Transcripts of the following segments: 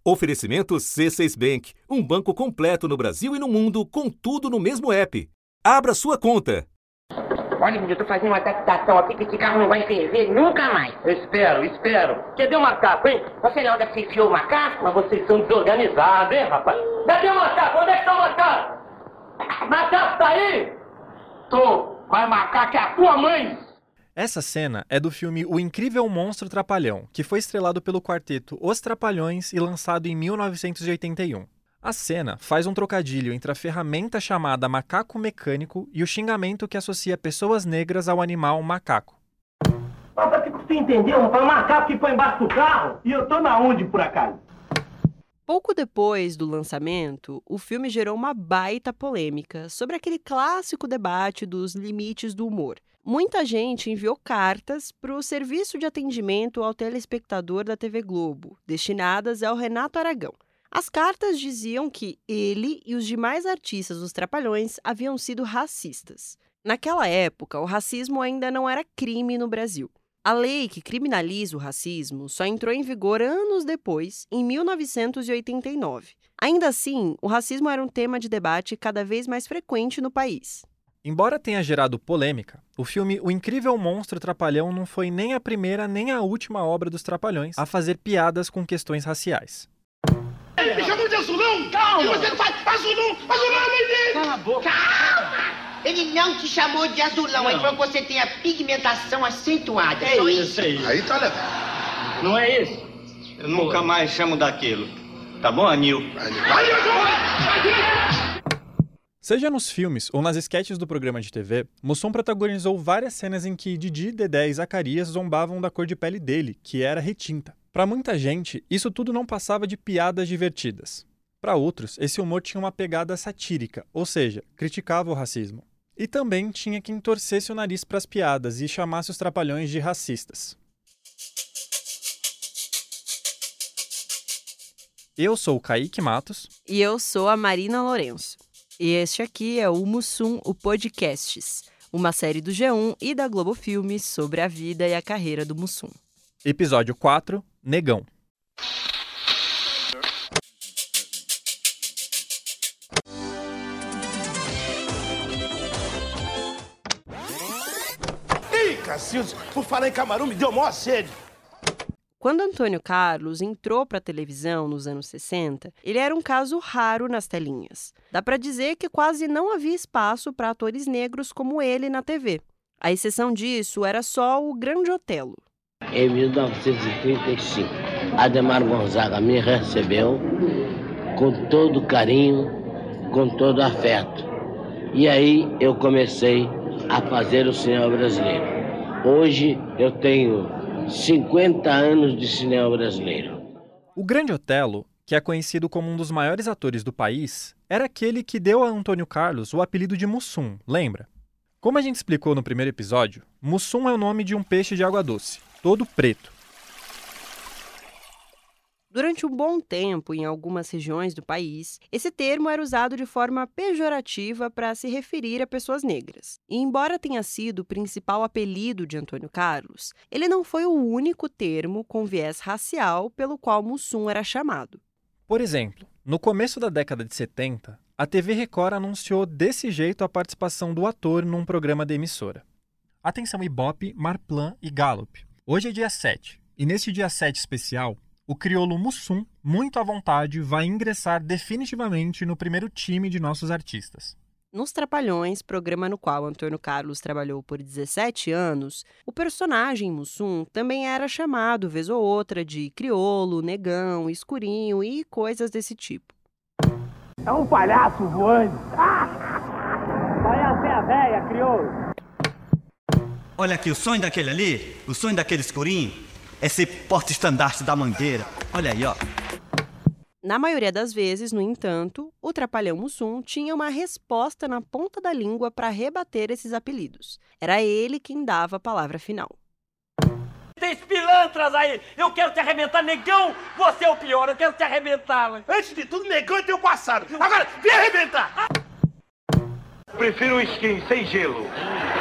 Oferecimento C6 Bank, um banco completo no Brasil e no mundo, com tudo no mesmo app. Abra sua conta. Olha, eu tô fazendo uma adaptação aqui que esse carro não vai ferver nunca mais. Espero. Cadê o macaco, hein? Você não onde você enfiou o macaco? Mas vocês são desorganizados, hein, rapaz? Cadê o macaco? Onde é que tá o macaco? Macaco tá aí? Tô, mas macaco é a tua mãe! Essa cena é do filme O Incrível Monstro Trapalhão, que foi estrelado pelo quarteto Os Trapalhões e lançado em 1981. A cena faz um trocadilho entre a ferramenta chamada macaco mecânico e o xingamento que associa pessoas negras ao animal macaco. Mas você entendeu? Foi um macaco que foi embaixo do carro e eu tô na onde, por acaso? Pouco depois do lançamento, o filme gerou uma baita polêmica sobre aquele clássico debate dos limites do humor. Muita gente enviou cartas para o serviço de atendimento ao telespectador da TV Globo, destinadas ao Renato Aragão. As cartas diziam que ele e os demais artistas dos Trapalhões haviam sido racistas. Naquela época, o racismo ainda não era crime no Brasil. A lei que criminaliza o racismo só entrou em vigor anos depois, em 1989. Ainda assim, o racismo era um tema de debate cada vez mais frequente no país. Embora tenha gerado polêmica, o filme O Incrível Monstro Trapalhão não foi nem a primeira nem a última obra dos Trapalhões a fazer piadas com questões raciais. Ele me chamou de azulão! Calma! E você não faz azulão! Azulão é a mãe dele! Cala a boca! Calma! Ele não te chamou de azulão, ele falou que você tem a pigmentação acentuada. É isso aí. Aí tá legal. Não é isso? Eu nunca mais chamo daquilo. Tá bom, Anil? Seja nos filmes ou nas esquetes do programa de TV, Mussum protagonizou várias cenas em que Didi, Dedé e Zacarias zombavam da cor de pele dele, que era retinta. Para muita gente, isso tudo não passava de piadas divertidas. Para outros, esse humor tinha uma pegada satírica, ou seja, criticava o racismo. E também tinha quem torcesse o nariz para as piadas e chamasse os Trapalhões de racistas. Eu sou o Kaique Matos. E eu sou a Marina Lourenço. E este aqui é o Mussum, o Podcasts, uma série do G1 e da Globo Filmes sobre a vida e a carreira do Mussum. Episódio 4, Negão. Ih, Cacildes, por falar em camarão, me deu maior sede. Quando Antônio Carlos entrou para a televisão nos anos 60, ele era um caso raro nas telinhas. Dá para dizer que quase não havia espaço para atores negros como ele na TV. A exceção disso era só o Grande Otelo. Em 1935, Adhemar Gonzaga me recebeu com todo carinho, com todo afeto. E aí eu comecei a fazer o cinema brasileiro. Hoje eu tenho 50 anos de cinema brasileiro. O Grande Otelo, que é conhecido como um dos maiores atores do país, era aquele que deu a Antônio Carlos o apelido de Mussum, lembra? Como a gente explicou no primeiro episódio, Mussum é o nome de um peixe de água doce, todo preto. Durante um bom tempo, em algumas regiões do país, esse termo era usado de forma pejorativa para se referir a pessoas negras. E embora tenha sido o principal apelido de Antônio Carlos, ele não foi o único termo com viés racial pelo qual Mussum era chamado. Por exemplo, no começo da década de 70, a TV Record anunciou desse jeito a participação do ator num programa da emissora. Atenção Ibope, Marplan e Gallup. Hoje é dia 7, e neste dia 7 especial, o crioulo Mussum, muito à vontade, vai ingressar definitivamente no primeiro time de nossos artistas. Nos Trapalhões, programa no qual Antônio Carlos trabalhou por 17 anos, o personagem Mussum também era chamado, vez ou outra, de crioulo, negão, escurinho e coisas desse tipo. É um palhaço voando. Palhaço é a véia, crioulo. Olha aqui, o sonho daquele ali, o sonho daquele escurinho, é ser porta-estandarte da Mangueira. Olha aí, ó. Na maioria das vezes, no entanto, o Trapalhão Mussum tinha uma resposta na ponta da língua para rebater esses apelidos. Era ele quem dava a palavra final. Tem pilantras aí! Eu quero te arrebentar, negão! Você é o pior, eu quero te arrebentar! Antes de tudo, negão é teu passado. Agora, vem arrebentar! Prefiro um skin sem gelo.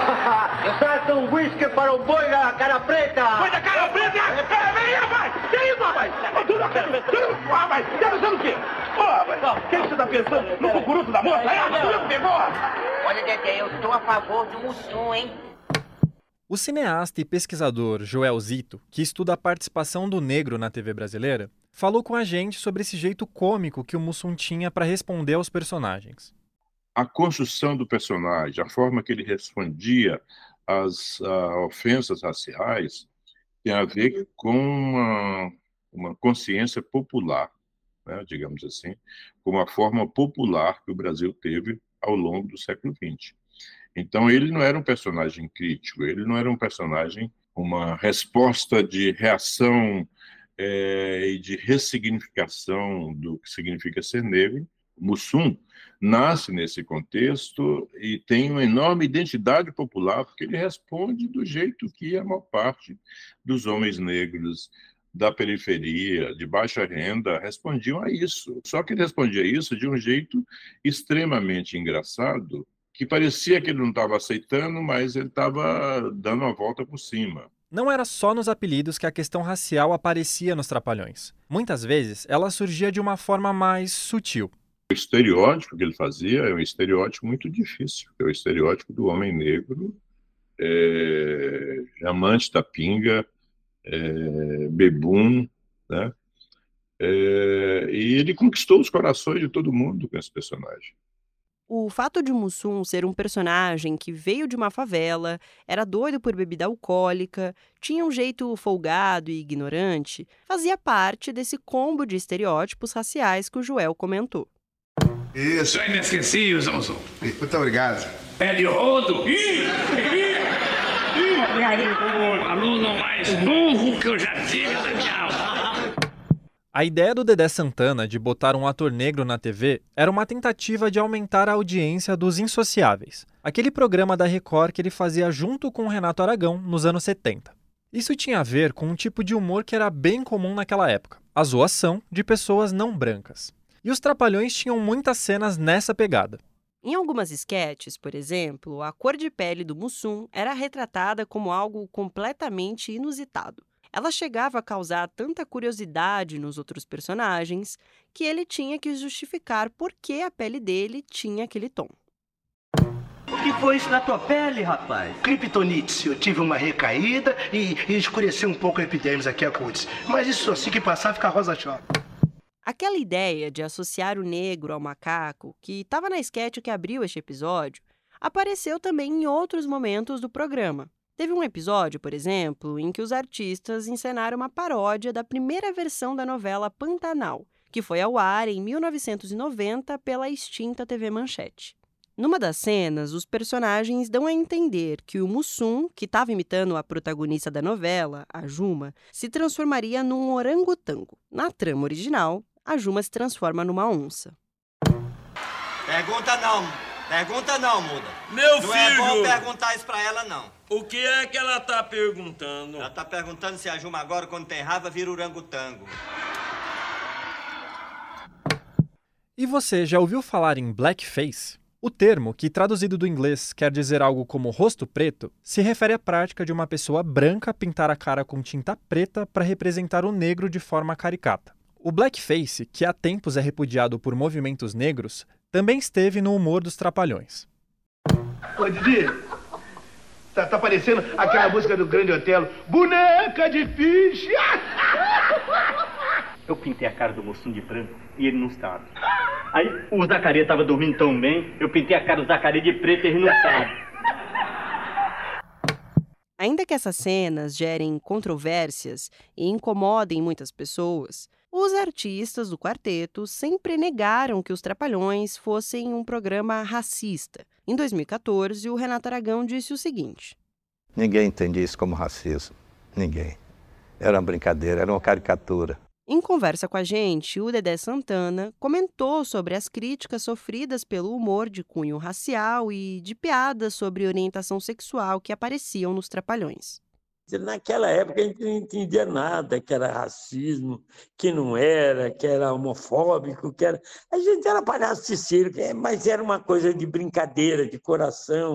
Eu trago um whisky para o boi da cara preta. Boi da cara preta? Vem, rapaz! Que isso, rapaz? Rapaz, tá pensando o quê? Ô, rapaz, o que você tá pensando? No cucuruto da moça? Olha, Dedé, eu estou a favor do Mussum, hein? O cineasta e pesquisador Joel Zito, que estuda a participação do negro na TV brasileira, falou com a gente sobre esse jeito cômico que o Mussum tinha para responder aos personagens. A construção do personagem, a forma que ele respondia às ofensas raciais, tem a ver com uma consciência popular, né, digamos assim, com uma forma popular que o Brasil teve ao longo do século XX. Então, ele não era um personagem crítico, ele não era um personagem, uma resposta de reação e de ressignificação do que significa ser negro. Mussum nasce nesse contexto e tem uma enorme identidade popular, porque ele responde do jeito que a maior parte dos homens negros da periferia, de baixa renda, respondiam a isso. Só que ele respondia isso de um jeito extremamente engraçado, que parecia que ele não estava aceitando, mas ele estava dando uma volta por cima. Não era só nos apelidos que a questão racial aparecia nos Trapalhões. Muitas vezes, ela surgia de uma forma mais sutil. O estereótipo que ele fazia é um estereótipo muito difícil. É o estereótipo do homem negro, amante da pinga, bebum, né? E ele conquistou os corações de todo mundo com esse personagem. O fato de Mussum ser um personagem que veio de uma favela, era doido por bebida alcoólica, tinha um jeito folgado e ignorante, fazia parte desse combo de estereótipos raciais que o Joel comentou. Isso é inesquecível, Mussum. Muito obrigado. Pé de rodo. O aluno mais burro que eu já tive na minha aula. A ideia do Dedé Santana de botar um ator negro na TV era uma tentativa de aumentar a audiência dos Insociáveis, aquele programa da Record que ele fazia junto com o Renato Aragão nos anos 70. Isso tinha a ver com um tipo de humor que era bem comum naquela época, a zoação de pessoas não brancas. E os Trapalhões tinham muitas cenas nessa pegada. Em algumas esquetes, por exemplo, a cor de pele do Mussum era retratada como algo completamente inusitado. Ela chegava a causar tanta curiosidade nos outros personagens que ele tinha que justificar por que a pele dele tinha aquele tom. O que foi isso na tua pele, rapaz? Kryptonite. Eu tive uma recaída e escureceu um pouco a epidermis aqui, a cutis. Mas isso assim que passar, fica rosa-choque. Aquela ideia de associar o negro ao macaco, que estava na esquete que abriu este episódio, apareceu também em outros momentos do programa. Teve um episódio, por exemplo, em que os artistas encenaram uma paródia da primeira versão da novela Pantanal, que foi ao ar em 1990 pela extinta TV Manchete. Numa das cenas, os personagens dão a entender que o Mussum, que estava imitando a protagonista da novela, a Juma, se transformaria num orangotango. Na trama original, a Juma se transforma numa onça. Pergunta não, muda. Meu filho! Não é bom perguntar isso pra ela, não. O que é que ela tá perguntando? Ela tá perguntando se a Juma agora, quando tem raiva, vira orangotango. E você já ouviu falar em blackface? O termo, que traduzido do inglês quer dizer algo como rosto preto, se refere à prática de uma pessoa branca pintar a cara com tinta preta para representar o negro de forma caricata. O blackface, que há tempos é repudiado por movimentos negros, também esteve no humor dos Trapalhões. Ô, Didi, tá parecendo aquela música do Grande Otelo, Boneca de Piche. Eu pintei a cara do Mussum de branco e ele não estava. Aí o Zacarias estava dormindo tão bem, eu pintei a cara do Zacarias de preto e ele não estava. Ainda que essas cenas gerem controvérsias e incomodem muitas pessoas, os artistas do quarteto sempre negaram que os Trapalhões fossem um programa racista. Em 2014, o Renato Aragão disse o seguinte: Ninguém entendia isso como racismo. Ninguém. Era uma brincadeira, era uma caricatura. Em conversa com a gente, o Dedé Santana comentou sobre as críticas sofridas pelo humor de cunho racial e de piadas sobre orientação sexual que apareciam nos Trapalhões. Naquela época a gente não entendia nada, que era racismo, que não era, que era homofóbico, que era... A gente era palhaço de circo, mas era uma coisa de brincadeira, de coração,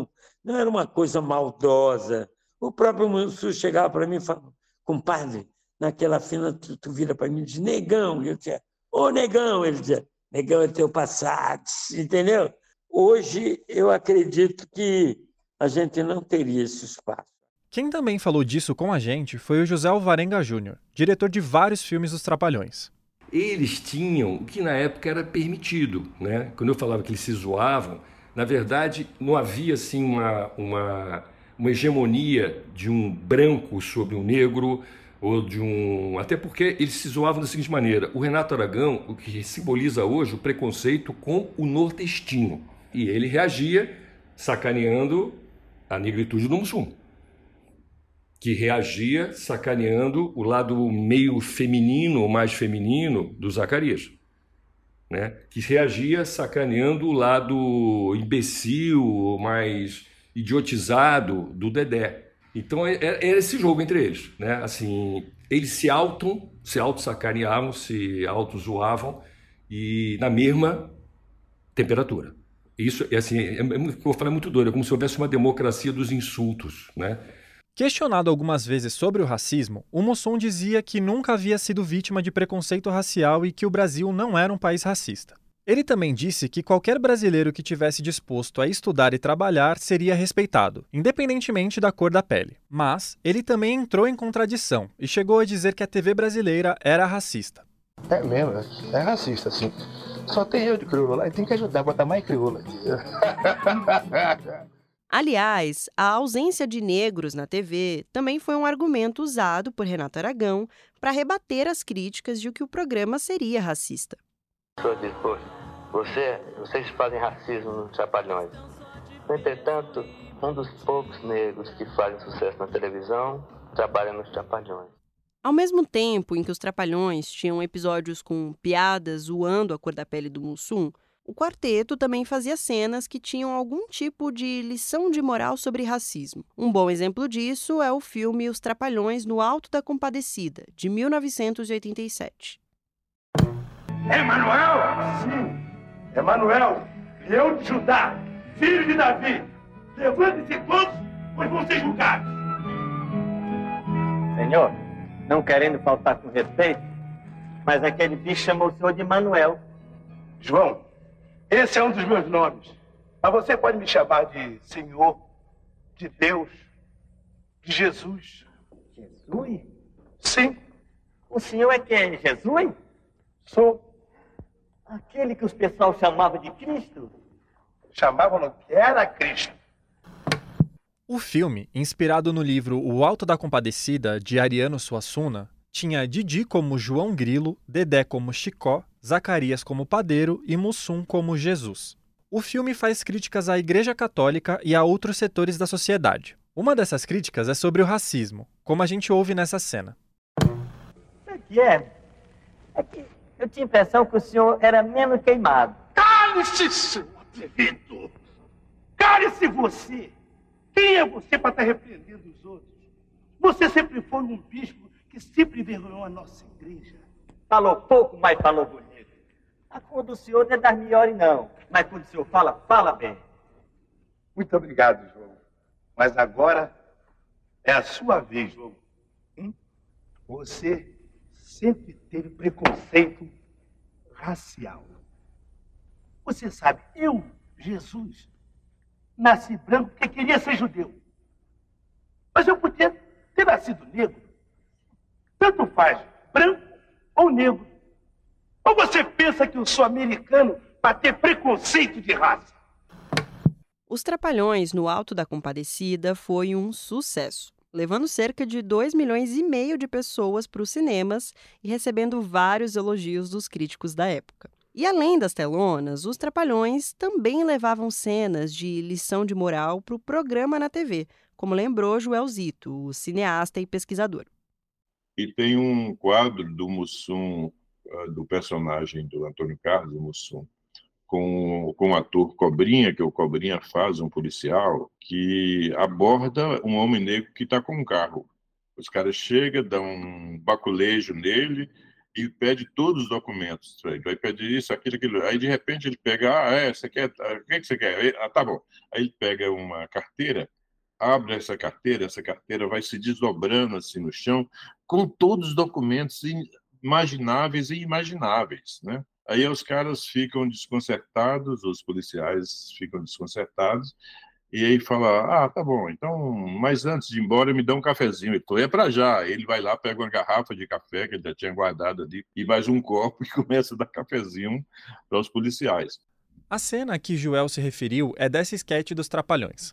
não era uma coisa maldosa. O próprio Mussum chegava para mim e falava, compadre, naquela fina tu vira para mim e diz, negão. E eu dizia, ô negão. Ele dizia, negão é teu passado, entendeu? Hoje eu acredito que a gente não teria esse espaço. Quem também falou disso com a gente foi o José Alvarenga Júnior, diretor de vários filmes dos Trapalhões. Eles tinham o que na época era permitido, né? Quando eu falava que eles se zoavam, na verdade não havia assim uma hegemonia de um branco sobre um negro, ou de um... Até porque eles se zoavam da seguinte maneira, o Renato Aragão, o que simboliza hoje o preconceito com o nordestino. E ele reagia sacaneando a negritude do Mussum, que reagia sacaneando o lado meio feminino ou mais feminino do Zacarias, né? Que reagia sacaneando o lado imbecil ou mais idiotizado do Dedé. Então era esse jogo entre eles, né? Assim, eles se auto-sacaneavam, se auto-zoavam e na mesma temperatura. Isso assim, eu falei muito doido, é como se houvesse uma democracia dos insultos, né? Questionado algumas vezes sobre o racismo, o Mussum dizia que nunca havia sido vítima de preconceito racial e que o Brasil não era um país racista. Ele também disse que qualquer brasileiro que tivesse disposto a estudar e trabalhar seria respeitado, independentemente da cor da pele. Mas ele também entrou em contradição e chegou a dizer que a TV brasileira era racista. É mesmo, é racista, sim. Só tem eu de crioula lá e tem que ajudar a botar mais crioula. Aliás, a ausência de negros na TV também foi um argumento usado por Renato Aragão para rebater as críticas de que o programa seria racista. O senhor diz, poxa, vocês fazem racismo nos Trapalhões. Entretanto, um dos poucos negros que fazem sucesso na televisão trabalha nos Trapalhões. Ao mesmo tempo em que os Trapalhões tinham episódios com piadas zoando a cor da pele do Mussum, o quarteto também fazia cenas que tinham algum tipo de lição de moral sobre racismo. Um bom exemplo disso é o filme Os Trapalhões no Alto da Compadecida, de 1987. Emanuel? Sim, Emanuel, eu de Judá, filho de Davi. Levante-se todos, pois vão ser julgados. Senhor, não querendo faltar com respeito, mas aquele bicho chamou o senhor de Manuel. João, esse é um dos meus nomes. Mas você pode me chamar de Senhor, de Deus, de Jesus. Jesus? Sim. O senhor é quem? Jesus? Sou. Aquele que os pessoal chamava de Cristo? Chamavam no que era Cristo. O filme, inspirado no livro O Alto da Compadecida, de Ariano Suassuna, tinha Didi como João Grilo, Dedé como Chicó, Zacarias como Padeiro e Mussum como Jesus. O filme faz críticas à Igreja Católica e a outros setores da sociedade. Uma dessas críticas é sobre o racismo, como a gente ouve nessa cena. O que é? É que eu tinha a impressão que o senhor era menos queimado. Cale-se, seu atrevido! Cale-se você! Quem é você para estar repreendendo os outros? Você sempre foi um bispo que sempre envergonhou a nossa igreja. Falou pouco, mas falou bonito. A cor do senhor não é das melhores, não. Mas quando o senhor fala, fala bem. Muito obrigado, João. Mas agora é a sua vez, João. Você sempre teve preconceito racial. Você sabe, eu, Jesus, nasci branco porque queria ser judeu. Mas eu podia ter nascido negro. Tanto faz, branco ou negro. Ou você pensa que eu sou americano para ter preconceito de raça? Os Trapalhões no Alto da Compadecida foi um sucesso, levando cerca de 2,5 milhões de pessoas para os cinemas e recebendo vários elogios dos críticos da época. E além das telonas, os Trapalhões também levavam cenas de lição de moral para o programa na TV, como lembrou Joel Zito, o cineasta e pesquisador. E tem um quadro do Mussum, do personagem do Antônio Carlos Mussum, com o ator Cobrinha, que o Cobrinha faz, um policial, que aborda um homem negro que está com um carro. Os caras chegam, dão um baculejo nele e pede todos os documentos. Ele vai pedir isso, aquilo. Aí, de repente, ele pega, você quer, o que você quer? Tá bom. Aí ele pega uma carteira, abre essa carteira vai se desdobrando assim no chão, com todos os documentos imagináveis e imagináveis, né? Aí os caras ficam desconcertados, os policiais ficam desconcertados, e aí fala, tá bom, então, mas antes de ir embora, me dá um cafezinho. Ele falou, é para já. Ele vai lá, pega uma garrafa de café que ele já tinha guardado ali, e mais um copo e começa a dar cafezinho para os policiais. A cena a que Joel se referiu é dessa esquete dos Trapalhões.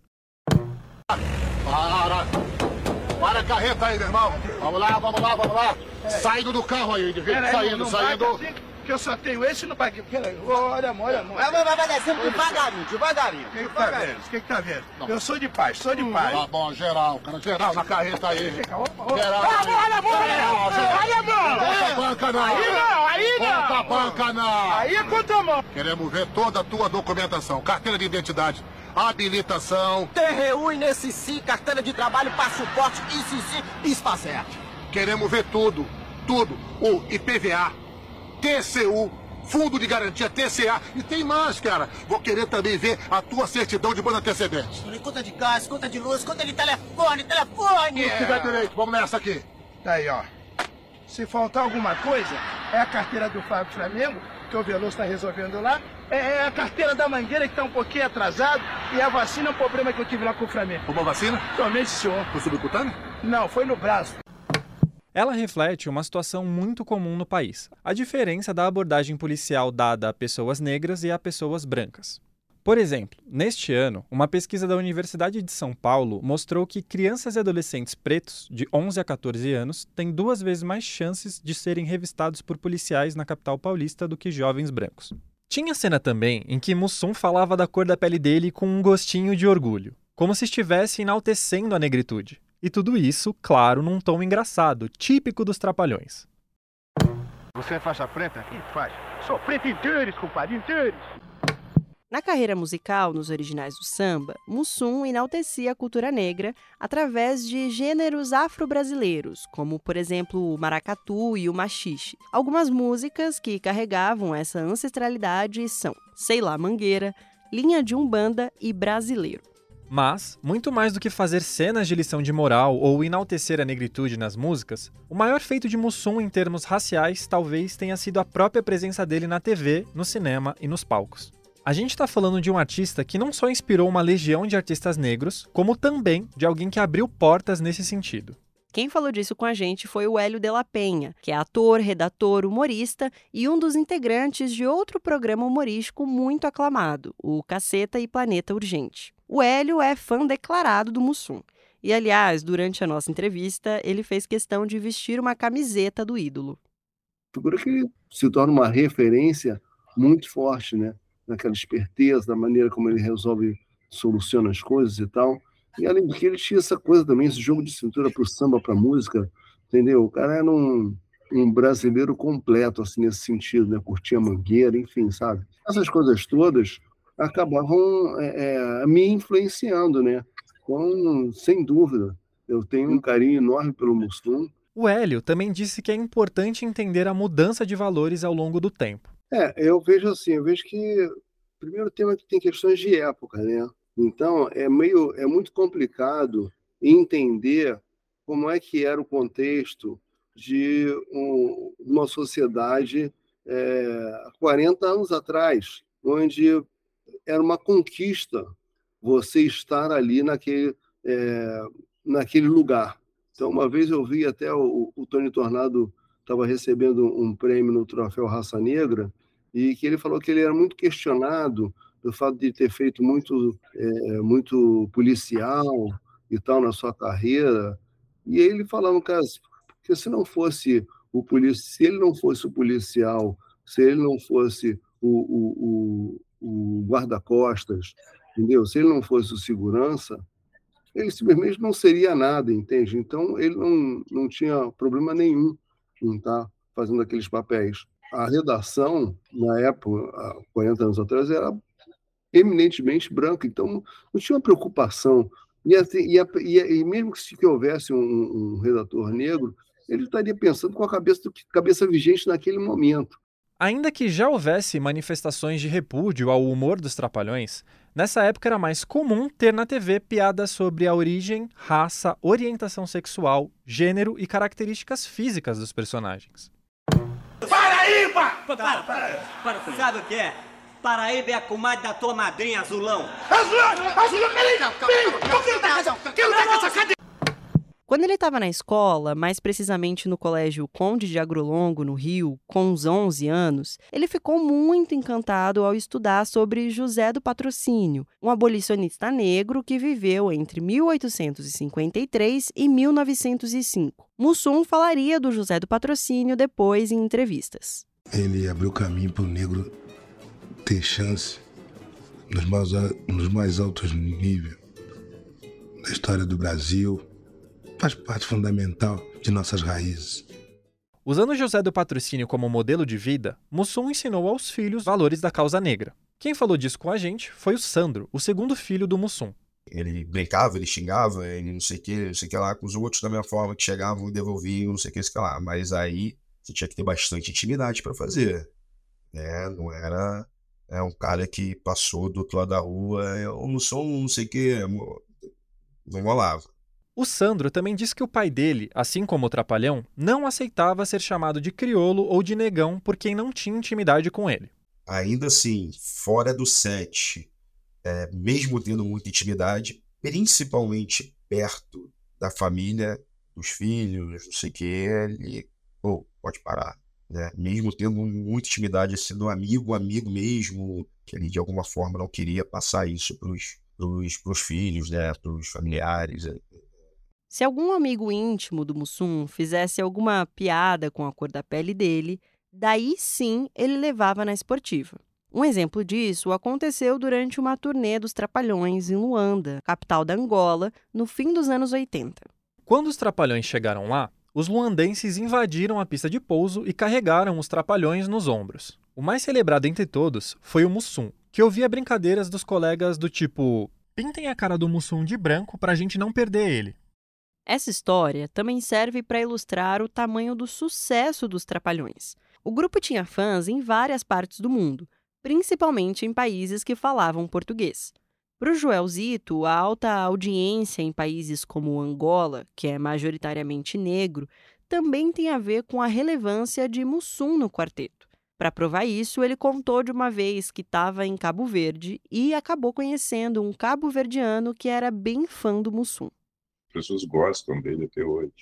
Para a carreta aí, meu irmão. Vamos lá. Saindo do carro aí, saindo. Que eu só tenho esse no paguinho. Peraí, olha, amor. Vai descendo devagarinho. O que tá vendo? Não. Eu sou de paz. Tá bom, geral na carreta aí. Geral. Olha, amor! Bota a banca não! Aí é contra a mão. Queremos ver toda a tua documentação, carteira de identidade, habilitação. TRU, INSS, carteira de trabalho, passaporte, ICC e Spacert. Queremos ver tudo. O IPVA. TCU, Fundo de Garantia, TCA. E tem mais, cara. Vou querer também ver a tua certidão de bom antecedente. Conta de gás, conta de luz, conta de telefone. Se tiver direito, vamos nessa aqui. Tá aí, ó. Se faltar alguma coisa, é a carteira do Fábio Flamengo, que o Veloso está resolvendo lá. É a carteira da Mangueira, que está um pouquinho atrasado. E a vacina é um problema que eu tive lá com o Flamengo. Tomou vacina? Tomei, senhor. Foi subcutâneo? Não, foi no braço. Ela reflete uma situação muito comum no país, a diferença da abordagem policial dada a pessoas negras e a pessoas brancas. Por exemplo, neste ano, uma pesquisa da Universidade de São Paulo mostrou que crianças e adolescentes pretos, de 11 a 14 anos, têm 2 vezes mais chances de serem revistados por policiais na capital paulista do que jovens brancos. Tinha cena também em que Mussum falava da cor da pele dele com um gostinho de orgulho, como se estivesse enaltecendo a negritude. E tudo isso, claro, num tom engraçado, típico dos Trapalhões. Você é faixa preta? O que faz? Sou preto inteiros, compadre, inteiros. Na carreira musical, nos originais do samba, Mussum enaltecia a cultura negra através de gêneros afro-brasileiros, como, por exemplo, o maracatu e o maxixe. Algumas músicas que carregavam essa ancestralidade são Sei Lá Mangueira, Linha de Umbanda e Brasileiro. Mas, muito mais do que fazer cenas de lição de moral ou enaltecer a negritude nas músicas, o maior feito de Mussum em termos raciais talvez tenha sido a própria presença dele na TV, no cinema e nos palcos. A gente está falando de um artista que não só inspirou uma legião de artistas negros, como também de alguém que abriu portas nesse sentido. Quem falou disso com a gente foi o Hélio de la Penha, que é ator, redator, humorista e um dos integrantes de outro programa humorístico muito aclamado, o Caceta e Planeta Urgente. O Hélio é fã declarado do Mussum. E, aliás, durante a nossa entrevista, ele fez questão de vestir uma camiseta do ídolo. Figura que se torna uma referência muito forte, né? Naquela esperteza, da maneira como ele soluciona as coisas e tal. E, além do que, ele tinha essa coisa também, esse jogo de cintura para o samba, para a música, entendeu? O cara era um brasileiro completo, assim, nesse sentido, né? Curtia Mangueira, enfim, sabe? Essas coisas todas acabavam me influenciando, né? Então, sem dúvida, eu tenho um carinho enorme pelo Mussum. O Hélio também disse que é importante entender a mudança de valores ao longo do tempo. Eu vejo que primeiro tema que tem questões de época, né? Então, é muito complicado entender como é que era o contexto de uma sociedade 40 anos atrás, onde era uma conquista você estar ali naquele lugar. Então, uma vez eu vi até o Tony Tornado estava recebendo um prêmio no Troféu Raça Negra, e que ele falou que ele era muito questionado pelo fato de ter feito muito policial e tal na sua carreira. E ele falava, cara, porque se ele não fosse o policial, se ele não fosse o guarda-costas, entendeu? Se ele não fosse o segurança, ele simplesmente não seria nada, entende? Então, ele não tinha problema nenhum em estar fazendo aqueles papéis. A redação, na época, há 40 anos atrás, era eminentemente branca, então não tinha uma preocupação. E mesmo que houvesse um redator negro, ele estaria pensando com a cabeça vigente naquele momento. Ainda que já houvesse manifestações de repúdio ao humor dos Trapalhões, nessa época era mais comum ter na TV piadas sobre a origem, raça, orientação sexual, gênero e características físicas dos personagens. Paraíba! Para. Sabe o que é? Paraíba é a comadre da tua madrinha, Azulão. Azulão, peraí! Quando ele estava na escola, mais precisamente no colégio Conde de Agrolongo, no Rio, com uns 11 anos, ele ficou muito encantado ao estudar sobre José do Patrocínio, um abolicionista negro que viveu entre 1853 e 1905. Mussum falaria do José do Patrocínio depois em entrevistas. Ele abriu caminho para o negro ter chance nos mais altos níveis da história do Brasil. Faz parte fundamental de nossas raízes. Usando José do Patrocínio como modelo de vida, Mussum ensinou aos filhos valores da causa negra. Quem falou disso com a gente foi o Sandro, o segundo filho do Mussum. Ele brincava, ele xingava, ele não sei o que lá com os outros da mesma forma, que chegavam e devolviam, não sei o que lá. Mas aí você tinha que ter bastante intimidade para fazer. Não era um cara que passou do outro lado da rua, eu não sou não sei o que, não rolava. O Sandro também disse que o pai dele, assim como o Trapalhão, não aceitava ser chamado de crioulo ou de negão por quem não tinha intimidade com ele. Ainda assim, fora do set, mesmo tendo muita intimidade, principalmente perto da família, dos filhos, não sei o que, ele pode parar. Né? Mesmo tendo muita intimidade, sendo amigo mesmo, que ele de alguma forma não queria passar isso pros filhos, né? Pros familiares. Se algum amigo íntimo do Mussum fizesse alguma piada com a cor da pele dele, daí sim ele levava na esportiva. Um exemplo disso aconteceu durante uma turnê dos Trapalhões em Luanda, capital da Angola, no fim dos anos 80. Quando os Trapalhões chegaram lá, os luandenses invadiram a pista de pouso e carregaram os Trapalhões nos ombros. O mais celebrado entre todos foi o Mussum, que ouvia brincadeiras dos colegas do tipo: pintem a cara do Mussum de branco pra gente não perder ele. Essa história também serve para ilustrar o tamanho do sucesso dos Trapalhões. O grupo tinha fãs em várias partes do mundo, principalmente em países que falavam português. Para o Joelzito, a alta audiência em países como Angola, que é majoritariamente negro, também tem a ver com a relevância de Mussum no quarteto. Para provar isso, ele contou de uma vez que estava em Cabo Verde e acabou conhecendo um cabo-verdiano que era bem fã do Mussum. As pessoas gostam dele até hoje.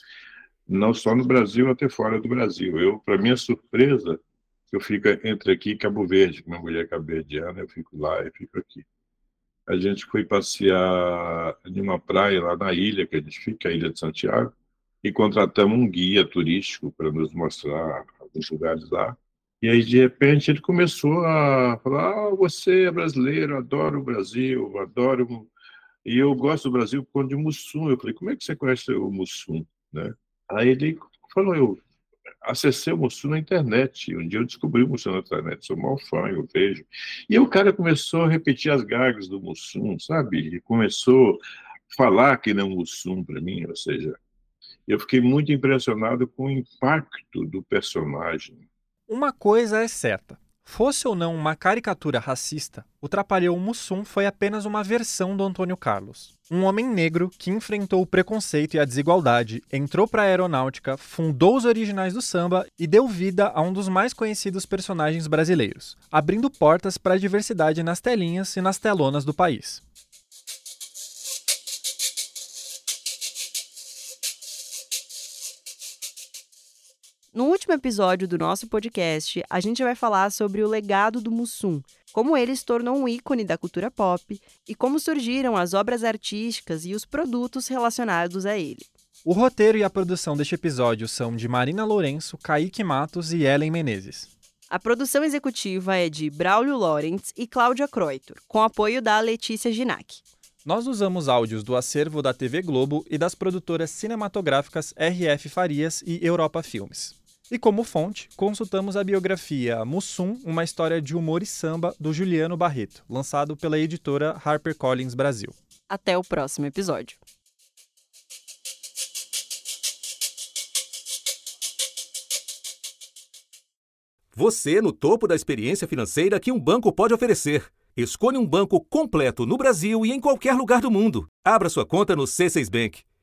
Não só no Brasil, até fora do Brasil. Para minha surpresa, eu fico entre aqui e Cabo Verde, com uma mulher cabo-verdiana, eu fico lá e fico aqui. A gente foi passear em uma praia lá na ilha, que a gente fica, a Ilha de Santiago, e contratamos um guia turístico para nos mostrar alguns lugares lá. E aí, de repente, ele começou a falar: você é brasileiro, adoro o Brasil, adoro... E eu gosto do Brasil por conta de Mussum. Eu falei: como é que você conhece o Mussum? Né? Aí ele falou: eu acessei o Mussum na internet. Um dia eu descobri o Mussum na internet, sou mau fã, eu vejo. E o cara começou a repetir as gags do Mussum, sabe? E começou a falar que não é Mussum para mim, ou seja, eu fiquei muito impressionado com o impacto do personagem. Uma coisa é certa. Fosse ou não uma caricatura racista, o Trapalhão Mussum foi apenas uma versão do Antônio Carlos. Um homem negro que enfrentou o preconceito e a desigualdade, entrou para a aeronáutica, fundou os originais do samba e deu vida a um dos mais conhecidos personagens brasileiros, abrindo portas para a diversidade nas telinhas e nas telonas do país. No último episódio do nosso podcast, a gente vai falar sobre o legado do Mussum, como ele se tornou um ícone da cultura pop e como surgiram as obras artísticas e os produtos relacionados a ele. O roteiro e a produção deste episódio são de Marina Lourenço, Kaique Matos e Ellen Menezes. A produção executiva é de Braulio Lawrence e Cláudia Croitor, com apoio da Letícia Ginac. Nós usamos áudios do acervo da TV Globo e das produtoras cinematográficas RF Farias e Europa Filmes. E como fonte, consultamos a biografia Mussum, uma história de humor e samba, do Juliano Barreto, lançado pela editora HarperCollins Brasil. Até o próximo episódio. Você no topo da experiência financeira que um banco pode oferecer. Escolha um banco completo no Brasil e em qualquer lugar do mundo. Abra sua conta no C6 Bank.